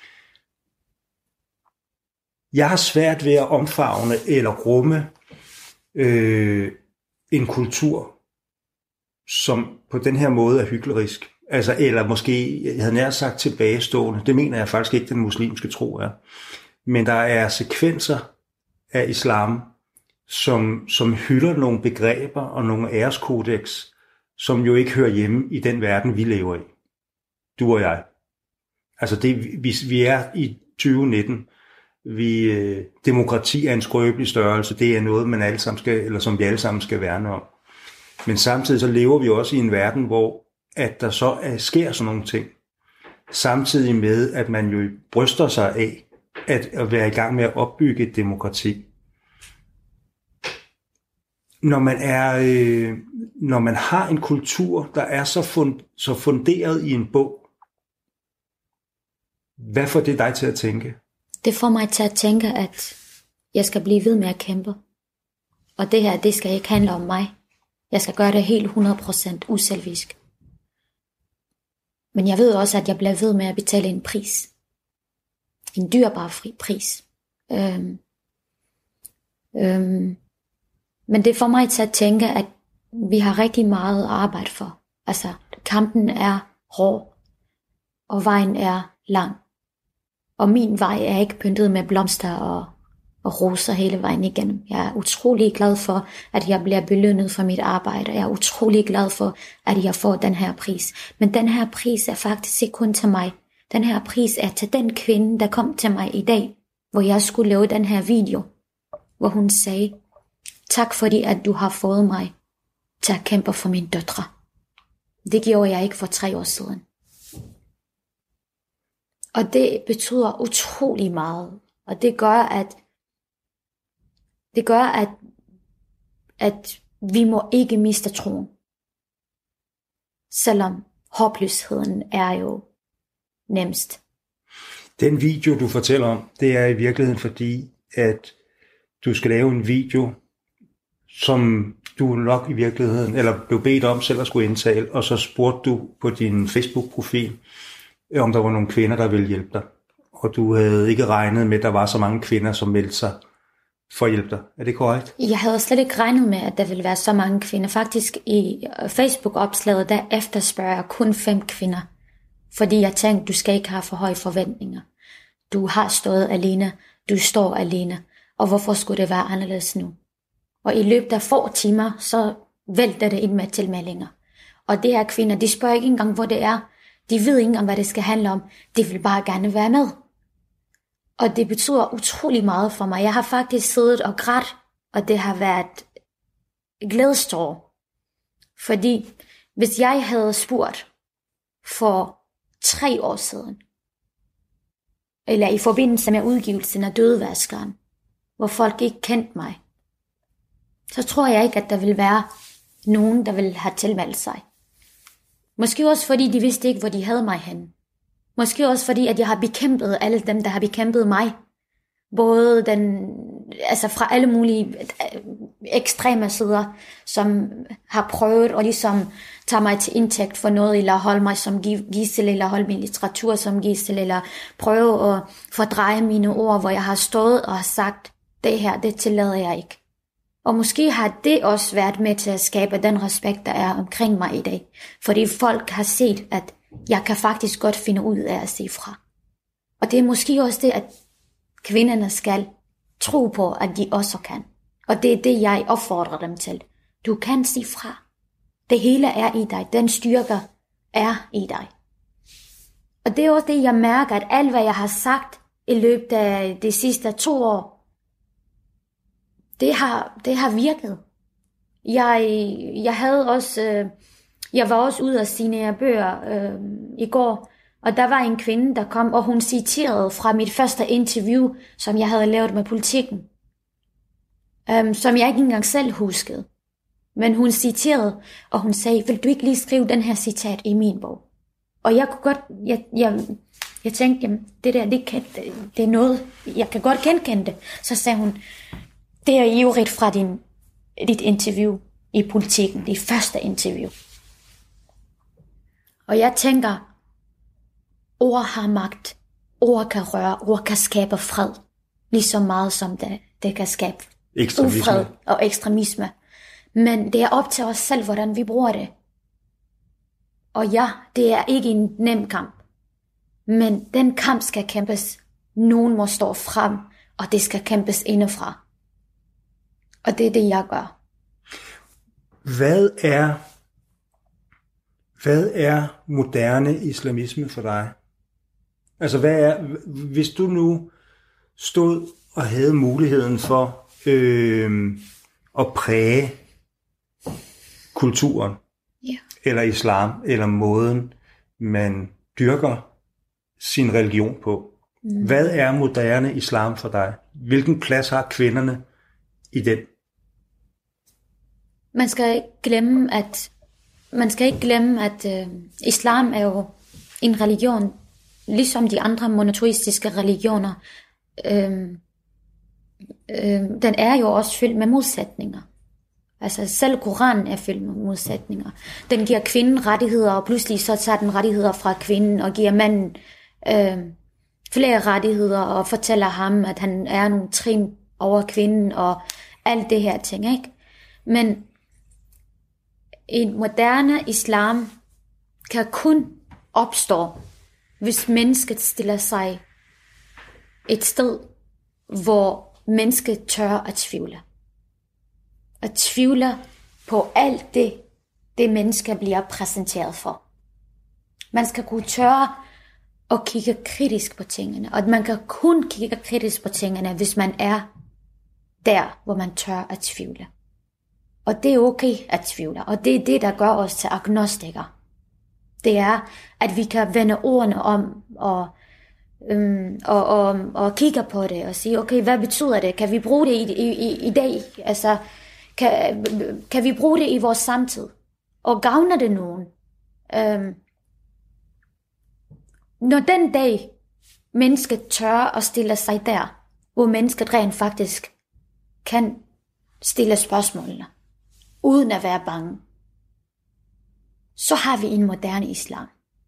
S2: Jeg har svært ved at omfavne eller rumme øh, en kultur, som på den her måde er hyklerisk. Altså, eller måske, jeg havde nær sagt tilbagestående. Det mener jeg faktisk ikke, den muslimske tro er. Men der er sekvenser af islam, som, som hylder nogle begreber og nogle æreskodex, som jo ikke hører hjemme i den verden, vi lever i. Du og jeg. Altså, det, vi, vi er i tyve nitten. Vi, øh, demokrati er en skrøbelig størrelse. Det er noget, man alle sammen skal, eller som vi alle sammen skal værne om. Men samtidig så lever vi også i en verden, hvor at der så er, sker sådan nogle ting. Samtidig med, at man jo bryster sig af at, at være i gang med at opbygge et demokrati. Når man er, øh, når man har en kultur, der er så, fund, så funderet i en bog, hvad får det dig til at tænke?
S3: Det får mig til at tænke, at jeg skal blive ved med at kæmpe. Og det her, det skal ikke handle om mig. Jeg skal gøre det helt hundrede procent uselvisk. Men jeg ved også, at jeg bliver ved med at betale en pris. En dyrbar fri pris. Øhm, øhm, men det får mig til at tænke, at vi har rigtig meget at arbejde for. Altså, kampen er hård, og vejen er lang. Og min vej er ikke pyntet med blomster og, og roser hele vejen igennem. Jeg er utrolig glad for, at jeg bliver belønnet for mit arbejde. Jeg er utrolig glad for, at jeg får den her pris. Men den her pris er faktisk ikke kun til mig. Den her pris er til den kvinde, der kom til mig i dag, hvor jeg skulle lave den her video, hvor hun sagde, tak fordi, at du har fået mig til at kæmpe for mine døtre. Det gjorde jeg ikke for tre år siden. Og det betyder utrolig meget. Og det gør, at det gør, at, at vi må ikke miste troen. Selvom håbløsheden er jo nemmest.
S2: Den video, du fortæller om, det er i virkeligheden fordi, at du skal lave en video, som du nok i virkeligheden, eller blev bedt om selv at skulle indtale, og så spurgte du på din Facebook-profil, om der var nogle kvinder, der ville hjælpe dig. Og du havde ikke regnet med, at der var så mange kvinder, som meldte sig for at hjælpe dig. Er det korrekt? Jeg
S3: havde slet ikke regnet med, at der ville være så mange kvinder. Faktisk i Facebook-opslaget, der efterspørger jeg kun fem kvinder. Fordi jeg tænkte, du skal ikke have for høje forventninger. Du har stået alene. Du står alene. Og hvorfor skulle det være anderledes nu? Og i løbet af få timer, så vælter det ind med tilmeldinger. Og det her kvinder, de spørger ikke engang, hvor det er. De ved ikke engang, hvad det skal handle om. De vil bare gerne være med. Og det betyder utrolig meget for mig. Jeg har faktisk siddet og grædt, og det har været glædestår. Fordi hvis jeg havde spurgt for tre år siden, eller i forbindelse med udgivelsen af Dødevaskeren, hvor folk ikke kendte mig, så tror jeg ikke, at der vil være nogen, der vil have tilmeldt sig. Måske også fordi de vidste ikke, hvor de havde mig henne. Måske også fordi, at jeg har bekæmpet alle dem, der har bekæmpet mig. Både den, altså fra alle mulige ekstreme sider, som har prøvet at ligesom tage mig til indtægt for noget, eller holde mig som gidsel, eller holde min litteratur som gidsel, eller prøve at fordreje mine ord, hvor jeg har stået og har sagt, det her, det tillader jeg ikke. Og måske har det også været med til at skabe den respekt, der er omkring mig i dag. Fordi folk har set, at jeg kan faktisk godt finde ud af at sige fra. Og det er måske også det, at kvinderne skal tro på, at de også kan. Og det er det, jeg opfordrer dem til. Du kan sige fra. Det hele er i dig. Den styrke er i dig. Og det er også det, jeg mærker, at alt, hvad jeg har sagt i løbet af de sidste to år, det har, det har virket. Jeg, jeg havde også, øh, jeg var også ude at signere bøger øh, i går, og der var en kvinde, der kom, og hun citerede fra mit første interview, som jeg havde lavet med Politikken, øh, som jeg ikke engang selv huskede. Men hun citerede, og hun sagde, vil du ikke lige skrive den her citat i min bog? Og jeg kunne godt, jeg, jeg, jeg tænkte, jamen, det der, det, kan, det er noget, jeg kan godt genkende det. Så sagde hun, det er ivrigt fra din, dit interview i Politikken, dit første interview. Og jeg tænker, ord har magt, ord kan røre, ord kan skabe fred, lige så meget som det, det kan skabe ufred og ekstremisme. Men det er op til os selv, hvordan vi bruger det. Og ja, det er ikke en nem kamp. Men den kamp skal kæmpes. Nogen må stå frem, og det skal kæmpes indefra. Og det er det, jeg gør.
S2: Hvad er, hvad er moderne islamisme for dig? Altså, hvad er, hvis du nu stod og havde muligheden for øh, at præge kulturen,
S3: yeah.
S2: eller islam, eller måden, man dyrker sin religion på. Mm. Hvad er moderne islam for dig? Hvilken plads har kvinderne i den?
S3: Man skal ikke glemme, at man skal ikke glemme, at øh, islam er jo en religion, ligesom de andre monoteistiske religioner. Øh, øh, den er jo også fyldt med modsætninger. Altså selv Koranen er fyldt med modsætninger. Den giver kvinden rettigheder, og pludselig så tager den rettigheder fra kvinden og giver manden øh, flere rettigheder og fortæller ham, at han er nogle trin over kvinden og alt det her ting, ikke? Men en moderne islam kan kun opstå, hvis mennesket stiller sig et sted, hvor mennesket tør at tvivle. At tvivle på alt det, det mennesker bliver præsenteret for. Man skal kunne tørre at kigge kritisk på tingene, og man kan kun kigge kritisk på tingene, hvis man er der, hvor man tør at tvivle. Og det er okay at tvivle, og det er det, der gør os til agnostikere. Det er, at vi kan vende ordene om, og, øhm, og, og, og kigge på det, og sige, okay, hvad betyder det? Kan vi bruge det i, i, i, i dag? Altså, kan, kan vi bruge det i vores samtid? Og gavner det nogen? Øhm, når den dag, mennesket tør at stille sig der, hvor mennesket rent faktisk kan stille spørgsmålene, uden at være bange, så har vi en moderne islam.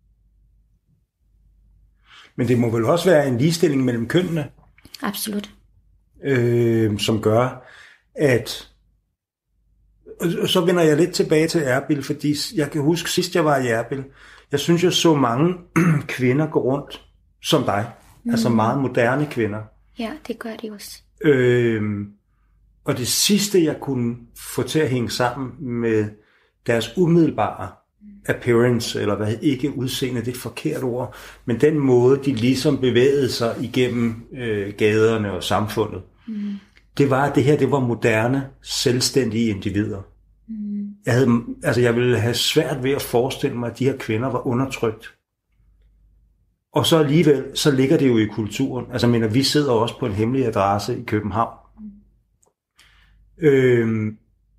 S2: Men det må vel også være en ligestilling mellem kønnene?
S3: Absolut.
S2: Øh, som gør, at... Og så vender jeg lidt tilbage til Erbil, fordi jeg kan huske, sidst jeg var i Erbil, jeg synes, jeg så mange kvinder gå rundt som dig. Mm. Altså meget moderne kvinder.
S3: Ja, det gør de også.
S2: Øh, og det sidste, jeg kunne få til at hænge sammen med deres umiddelbare appearance, eller hvad ikke udseende, det er et forkert ord, men den måde, de ligesom bevægede sig igennem øh, gaderne og samfundet, mm. det var, at det her, det var moderne, selvstændige individer. Mm. Jeg, havde, altså, jeg ville have svært ved at forestille mig, at de her kvinder var undertrykt. Og så alligevel, så ligger det jo i kulturen. Altså, mener, vi sidder også på en hemmelig adresse i København. Mm. Øhm,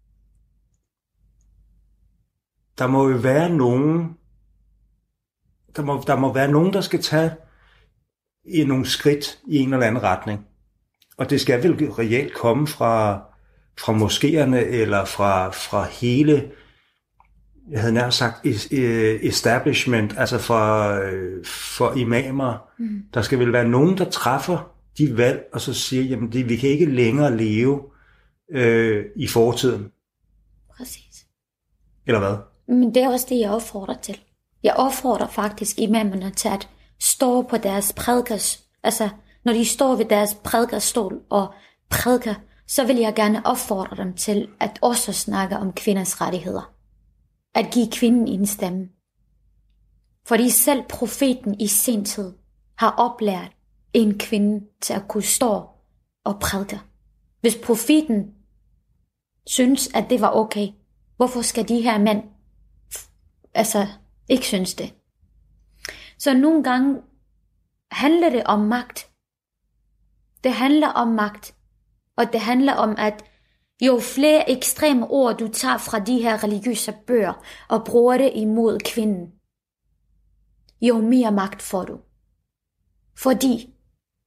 S2: der må jo være nogen, der må, der må være nogen, der skal tage i nogle skridt i en eller anden retning. Og det skal vel reelt komme fra, fra moskéerne eller fra, fra hele, jeg havde nær sagt, establishment, altså fra, for imamer. Mm. Der skal vel være nogen, der træffer de valg, og så siger, jamen det, vi kan ikke længere leve øh, i fortiden.
S3: Præcis.
S2: Eller hvad?
S3: Men det er også det, jeg opfordrer til. Jeg opfordrer faktisk imamerne til at stå på deres prædikers, altså når de står ved deres prædikerstol og prædiker, så vil jeg gerne opfordre dem til at også snakke om kvinders rettigheder. At give kvinden en stemme. Fordi selv profeten i sin tid har oplært en kvinde til at kunne stå og prædike. Hvis profeten synes, at det var okay, hvorfor skal de her mænd altså ikke synes det? Så nogle gange handler det om magt. Det handler om magt. Og det handler om, at jo flere ekstreme ord, du tager fra de her religiøse bøger og bruger det imod kvinden, jo mere magt får du. Fordi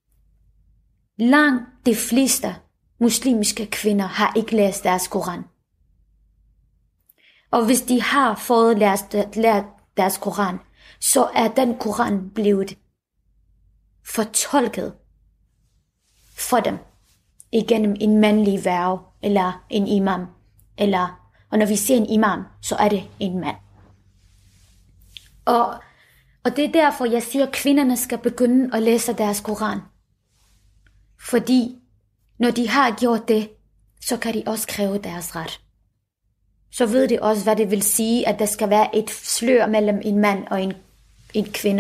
S3: langt de fleste muslimske kvinder har ikke læst deres Koran. Og hvis de har fået lært, lært deres Koran, så er den Koran blevet fortolket for dem igennem en mandlig værge, eller en imam, eller, og når vi ser en imam, så er det en mand. Og, og det er derfor, jeg siger, at kvinderne skal begynde at læse deres Koran. Fordi når de har gjort det, så kan de også kræve deres ret. Så ved de også, hvad det vil sige, at der skal være et slør mellem en mand og en, en kvinde.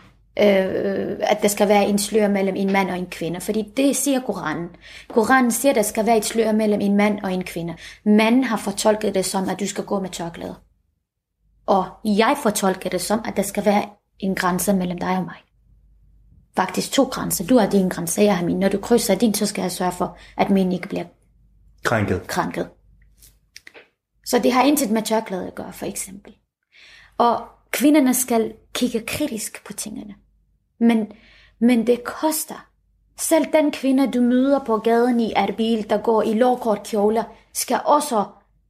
S3: Øh, at der skal være en slør mellem en mand og en kvinde. Fordi det siger Koranen. Koranen siger, at der skal være et slør mellem en mand og en kvinde. Manden har fortolket det som, at du skal gå med tørklæde. Og jeg fortolker det som, at der skal være en grænse mellem dig og mig. Faktisk to grænser. Du har din grænse, jeg har min. Når du krydser din, så skal jeg sørge for, at min ikke bliver
S2: krænket.
S3: krænket. Så det har intet med tørklæde at gøre, for eksempel. Og kvinderne skal kigge kritisk på tingene. Men, men det koster. Selv den kvinde, du møder på gaden i Erbil, der går i lårkort kjoler, skal også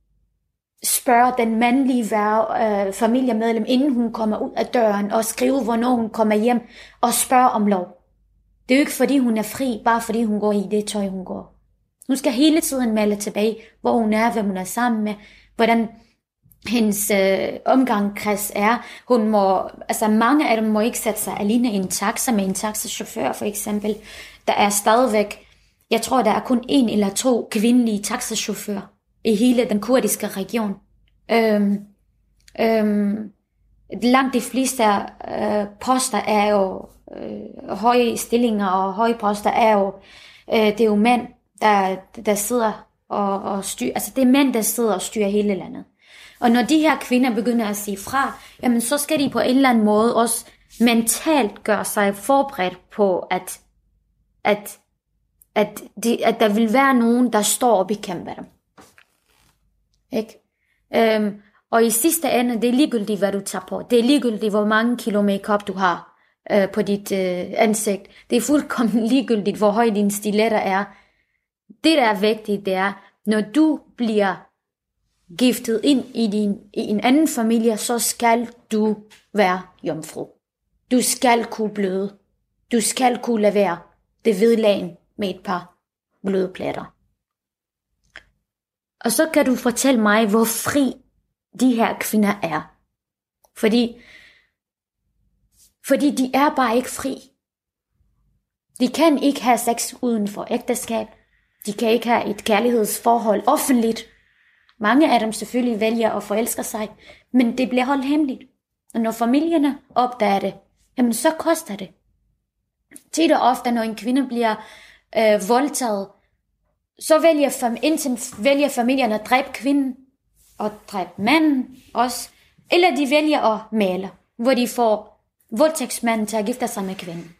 S3: spørge den mandlige værge, øh, familiemedlem, inden hun kommer ud af døren, og skrive, hvornår hun kommer hjem, og spørge om lov. Det er jo ikke, fordi hun er fri, bare fordi hun går i det tøj, hun går. Hun skal hele tiden melde tilbage, hvor hun er, hvem hun er sammen med, hvordan hendes øh, omgangskreds er. Hun må, altså mange af dem må ikke sætte sig alene i en taxa med en taxachauffør, for eksempel. Der er stadigvæk, jeg tror, der er kun en eller to kvindelige taxachauffører i hele den kurdiske region. Øhm, øhm, langt de fleste øh, poster er jo øh, høje stillinger, og høje poster er jo, øh, det er jo mænd, der, der sidder og, og styrer, altså det er mænd, der sidder og styrer hele landet. Og når de her kvinder begynder at sige fra, jamen så skal de på en eller anden måde også mentalt gøre sig forberedt på, at, at, at, de, at der vil være nogen, der står og bekæmper dem. Ikke? Øhm, og i sidste ende, det er ligegyldigt, hvad du tager på. Det er ligegyldigt, hvor mange kilo make-up du har øh, på dit øh, ansigt. Det er fuldkommen ligegyldigt, hvor høj dine stiletter er. Det, der er vigtigt, det er, når du bliver giftet ind i, din, i en anden familie, så skal du være jomfru. Du skal kunne bløde. Du skal kunne lavere det hvidlagen med et par blødplatter. Og så kan du fortælle mig, hvor fri de her kvinder er. Fordi, fordi de er bare ikke fri. De kan ikke have sex uden for ægteskab. De kan ikke have et kærlighedsforhold offentligt. Mange af dem selvfølgelig vælger at forelske sig, men det bliver holdt hemmeligt. Og når familierne opdager det, jamen så koster det. Tit og ofte, når en kvinde bliver øh, voldtaget, så vælger, fam- enten vælger familierne at dræbe kvinden, og dræbe manden også, eller de vælger at male, hvor de får voldtægtsmanden til at gifte sig med kvinden.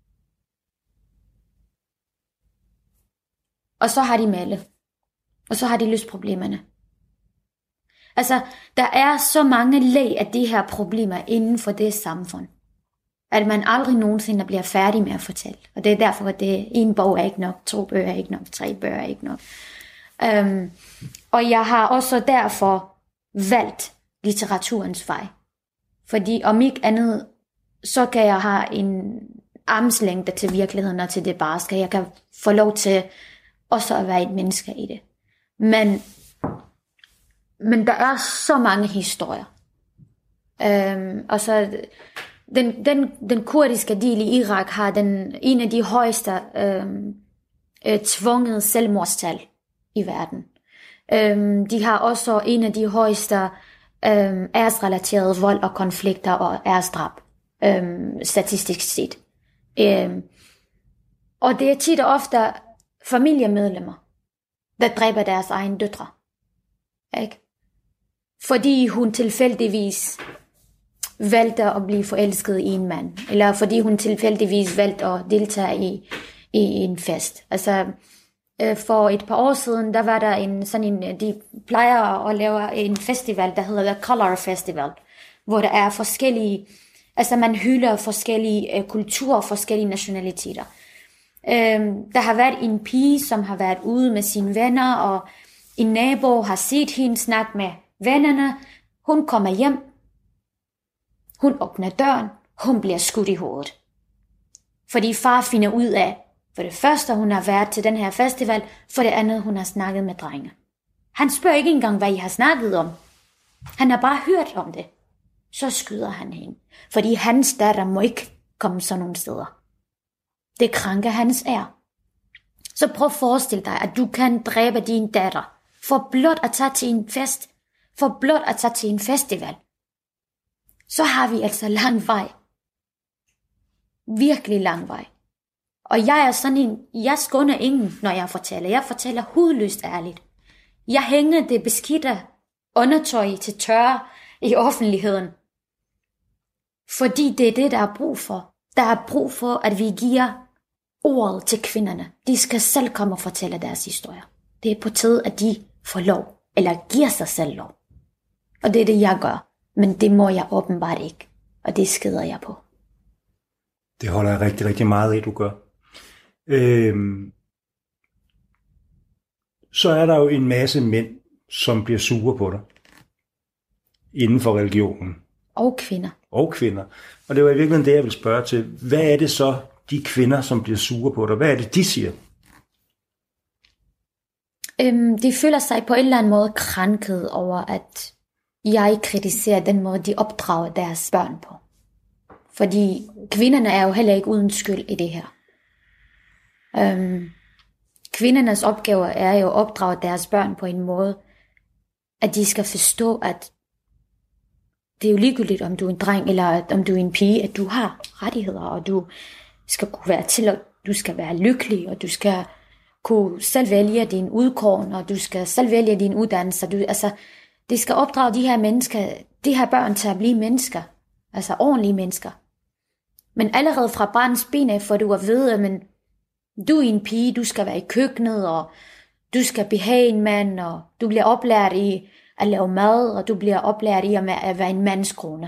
S3: Og så har de malet. Og så har de løst problemerne. Altså, der er så mange lag af de her problemer inden for det samfund, at man aldrig nogensinde bliver færdig med at fortælle. Og det er derfor, at det, en bog er ikke nok, to bøger er ikke nok, tre bøger er ikke nok. Um, og jeg har også derfor valgt litteraturens vej. Fordi om ikke andet, så kan jeg have en armslængde til virkeligheden og til det barske. Jeg kan få lov til også at være et menneske i det. Men, men der er så mange historier. Um, og så den, den, den kurdiske del i Irak har den, en af de højeste um, uh, tvunget selvmordstal i verden. Um, de har også en af de højeste øhm, æresrelateret vold og konflikter og æresdrab, øhm, statistisk set. Øhm, og det er tit og ofte familiemedlemmer, der dræber deres egen døtre. Ikke? Fordi hun tilfældigvis valgte at blive forelsket i en mand, eller fordi hun tilfældigvis valgte at deltage i, i en fest. Altså, øh, for et par år siden, der var der en sådan en, de plejer at lave en festival, der hedder The Color Festival, hvor der er forskellige, altså man hylder forskellige øh, kulturer, forskellige nationaliteter. Øh, der har været en pige, som har været ude med sine venner, og en nabo har set hende snakke med vennerne. Hun kommer hjem. Hun åbner døren. Hun bliver skudt i hovedet. Fordi far finder ud af, for det første, hun har været til den her festival, for det andet, hun har snakket med drenge. Han spørger ikke engang, hvad I har snakket om. Han har bare hørt om det. Så skyder han hende. Fordi hans datter må ikke komme sådan nogle steder. Det krænker hans ære. Så prøv at forestille dig, at du kan dræbe din datter for blot at tage til en fest, for blot at tage til en festival. Så har vi altså lang vej. Virkelig lang vej. Og jeg er sådan en, jeg skåner ingen, når jeg fortæller. Jeg fortæller hudløst ærligt. Jeg hænger det beskidte undertøj til tørre i offentligheden. Fordi det er det, der er brug for. Der er brug for, at vi giver ordet til kvinderne. De skal selv komme og fortælle deres historier. Det er på tide, at de får lov, eller giver sig selv lov. Og det er det, jeg gør. Men det må jeg åbenbart ikke. Og det skider jeg på.
S2: Det holder jeg rigtig, rigtig meget af, du gør. Øhm, så er der jo en masse mænd, som bliver sure på dig. Inden for religionen.
S3: Og kvinder.
S2: Og kvinder. Og det var i virkeligheden det, jeg vil spørge til. Hvad er det så, de kvinder, som bliver sure på dig? Hvad er det, de siger?
S3: Øhm, de føler sig på en eller anden måde krænket over, at jeg kritiserer den måde, de opdrager deres børn på. Fordi kvinderne er jo heller ikke uden skyld i det her. Øhm, kvindernes opgave er jo at opdrage deres børn på en måde, at de skal forstå, at det er jo ligegyldigt, om du er en dreng eller om du er en pige, at du har rettigheder, og du skal kunne være til, og du skal være lykkelig, og du skal kunne selv vælge din udkåren, og du skal selv vælge din uddannelse. Du, altså, det skal opdrage de her mennesker, de her børn til at blive mennesker, altså ordentlige mennesker. Men allerede fra barns ben af får du at vide, at men, du er en pige, du skal være i køkkenet, og du skal behage en mand, og du bliver oplært i at lave mad, og du bliver oplært i at være en mandskone.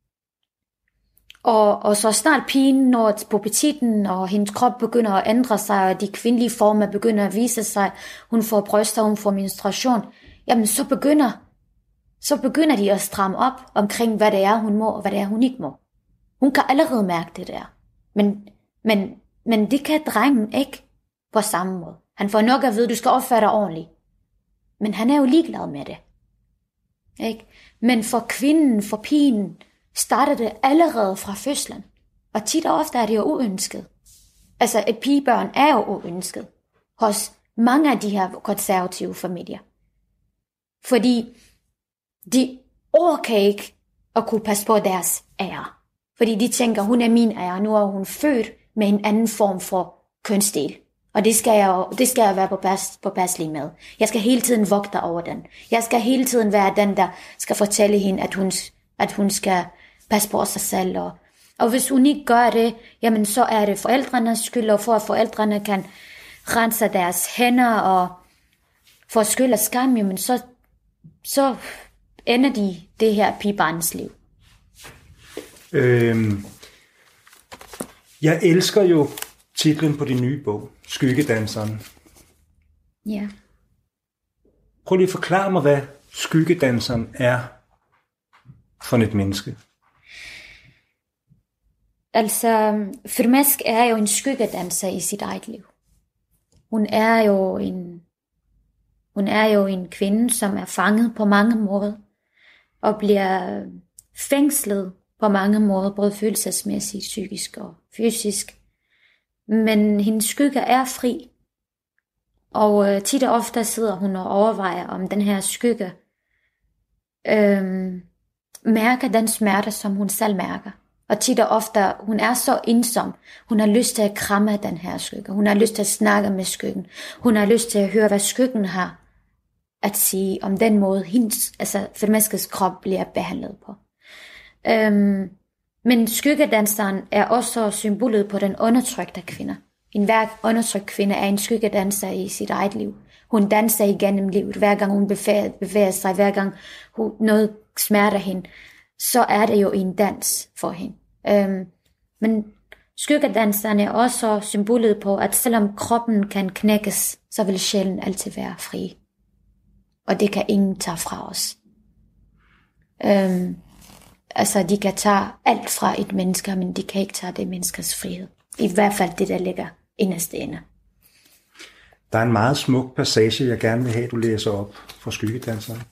S3: Og, og så snart pigen når puberteten, og hendes krop begynder at ændre sig, og de kvindelige former begynder at vise sig, hun får bryster, hun får menstruation, jamen så begynder, så begynder de at stramme op omkring, hvad det er, hun må, og hvad det er, hun ikke må. Hun kan allerede mærke det der. Men, men, men det kan drengen ikke på samme måde. Han får nok at vide, at du skal opføre dig ordentligt. Men han er jo ligeglad med det. Ikke? Men for kvinden, for pigen, starter det allerede fra fødslen. Og tit og ofte er det jo uønsket. Altså et pigebørn er jo uønsket hos mange af de her konservative familier. Fordi de orker ikke at kunne passe på deres ære. Fordi de tænker, hun er min ære, nu er hun født med en anden form for kønsdel. Og det skal jeg, det skal jeg være på pas, på paslig med. Jeg skal hele tiden vogte over den. Jeg skal hele tiden være den, der skal fortælle hende, at hun, at hun skal passe på sig selv. Og, og hvis hun ikke gør det, jamen så er det forældrenes skyld, og for at forældrene kan rense deres hænder og få skyld og skam, jamen så, så ender de det her pigebarns liv.
S2: Øhm, jeg elsker jo titlen på din nye bog, Skyggedanseren.
S3: Ja.
S2: Prøv lige at forklare mig, hvad skyggedanseren er for et menneske.
S3: Altså, Firmesk er jo en skyggedanser i sit eget liv. Hun er jo en, hun er jo en kvinde, som er fanget på mange måder, og bliver fængslet på mange måder, både følelsesmæssigt, psykisk og fysisk. Men hendes skygge er fri. Og tit og ofte sidder hun og overvejer, om den her skygge øhm, mærker den smerte, som hun selv mærker. Og tit og ofte, hun er så ensom. Hun har lyst til at kramme den her skygge. Hun har lyst til at snakke med skyggen. Hun har lyst til at høre, hvad skyggen har at sige om den måde, hendes, altså for menneskets krop bliver behandlet på. Øhm, men skyggedanseren er også symbolet på den undertrykte kvinde. En hver undertrykt kvinde er en skyggedanser i sit eget liv. Hun danser igennem livet. Hver gang hun bevæger, bevæger sig, hver gang hun, noget smerter hende, så er det jo en dans for hende. Øhm, men skyggedanseren er også symbolet på, at selvom kroppen kan knækkes, så vil sjælen altid være fri. Og det kan ingen tage fra os. Øhm, altså, de kan tage alt fra et menneske, men de kan ikke tage det menneskers frihed. I hvert fald det, der ligger inderst inde.
S2: Der er en meget smuk passage, jeg gerne vil have, du læser op fra skyggedanseren.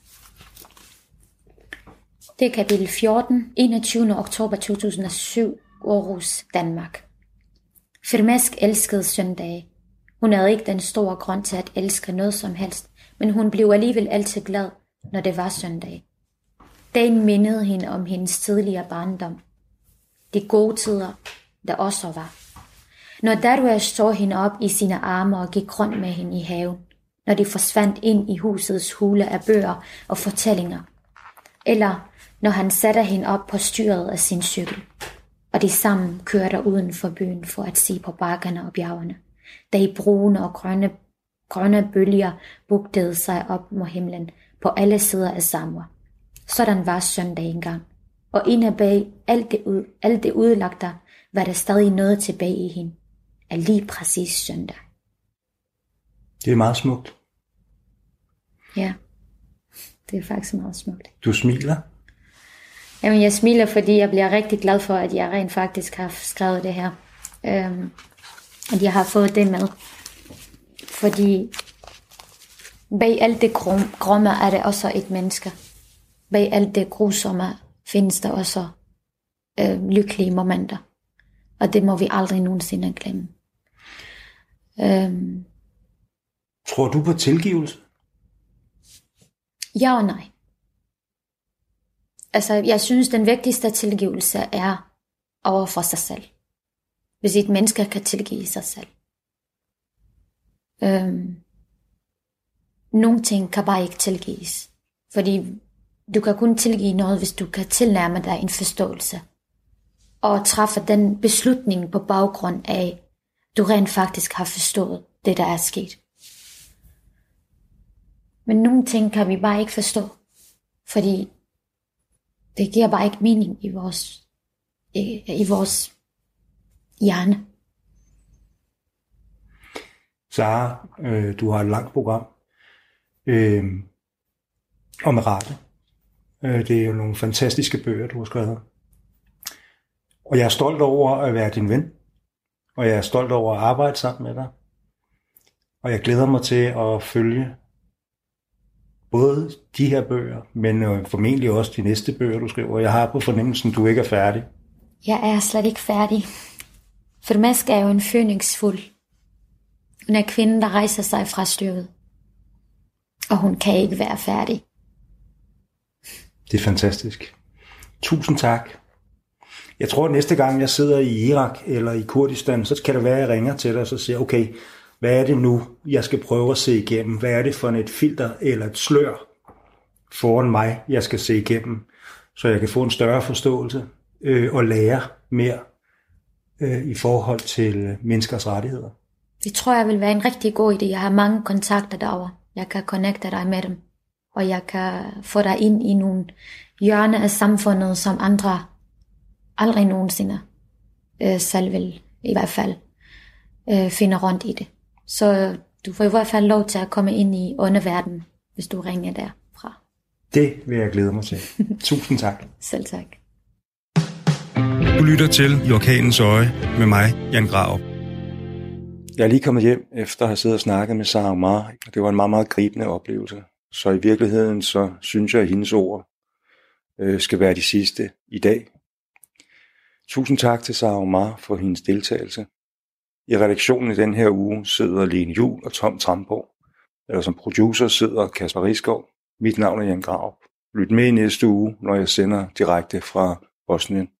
S3: Det er kapitel fjorten, enogtyvende oktober to tusind og syv, Aarhus, Danmark. Firmesk elskede søndage. Hun havde ikke den store grund til at elske noget som helst, men hun blev alligevel altid glad, når det var søndag. Dagen mindede hende om hendes tidligere barndom. De gode tider, der også var. Når Darua så hende op i sine arme og gik rundt med hende i haven. Når de forsvandt ind i husets hule af bøger og fortællinger. Eller når han satte hende op på styret af sin cykel. Og de sammen kørte uden for byen for at se på bakkerne og bjergene. Da i brune og grønne, grønne bølger bugtede sig op mod himlen på alle sider af Samwa. Sådan var søndag engang. Og inde bag alt det, ud, alt det udlagte, var der stadig noget tilbage i hende. Af lige præcis søndag.
S2: Det er meget smukt.
S3: Ja, det er faktisk meget smukt.
S2: Du smiler?
S3: Jamen, jeg smiler, fordi jeg bliver rigtig glad for, at jeg rent faktisk har skrevet det her. Øhm, at jeg har fået det med. Fordi bag alt det grum, grumme er det også et menneske. Bag alt det grusomme findes der også øh, lykkelige momenter. Og det må vi aldrig nogensinde glemme. Øhm,
S2: Tror du på tilgivelse?
S3: Ja og nej. Altså, jeg synes, den vigtigste tilgivelse er over for sig selv. Hvis et menneske kan tilgive sig selv. Øhm, nogle ting kan bare ikke tilgives. Fordi du kan kun tilgive noget, hvis du kan tilnærme dig en forståelse. Og træffe den beslutning på baggrund af, du rent faktisk har forstået det, der er sket. Men nogle ting kan vi bare ikke forstå. Fordi det giver bare ikke mening i vores, i, i vores hjerne.
S2: Sara, øh, du har et langt program øh, om rette. Øh, det er jo nogle fantastiske bøger, du har skrevet. Og jeg er stolt over at være din ven. Og jeg er stolt over at arbejde sammen med dig. Og jeg glæder mig til at følge både de her bøger, men formentlig også de næste bøger, du skriver. Jeg har på fornemmelsen, du ikke er færdig.
S3: Jeg er slet ikke færdig. For Mask er jo en fønixfuld. Hun er kvinden, der rejser sig fra støvet. Og hun kan ikke være færdig.
S2: Det er fantastisk. Tusind tak. Jeg tror, at næste gang jeg sidder i Irak eller i Kurdistan, så kan det være, at jeg ringer til dig og så siger, okay, hvad er det nu, jeg skal prøve at se igennem? Hvad er det for et filter eller et slør foran mig, jeg skal se igennem, så jeg kan få en større forståelse øh, og lære mere øh, i forhold til menneskers rettigheder?
S3: Det tror jeg vil være en rigtig god idé. Jeg har mange kontakter derovre. Jeg kan connecte dig med dem, og jeg kan få dig ind i nogle hjørner af samfundet, som andre aldrig nogensinde øh, selv vil i hvert fald øh, finde rundt i det. Så du får i hvert fald lov til at komme ind i underverdenen, hvis du ringer derfra.
S2: Det vil jeg glæde mig til. Tusind tak.
S3: Selv tak.
S1: Du lytter til I Orkanens Øje med mig, Jan Grarup.
S2: Jeg er lige kommet hjem efter at have siddet og snakket med Sara Omar, og det var en meget, meget gribende oplevelse. Så i virkeligheden, så synes jeg, at hendes ord øh, skal være de sidste i dag. Tusind tak til Sara Omar for hendes deltagelse. I redaktionen i den her uge sidder Lene Juhl og Tom Tramborg. Eller som producer sidder Kasper Risgaard. Mit navn er Jan Grarup. Lyt med i næste uge, når jeg sender direkte fra Bosnien.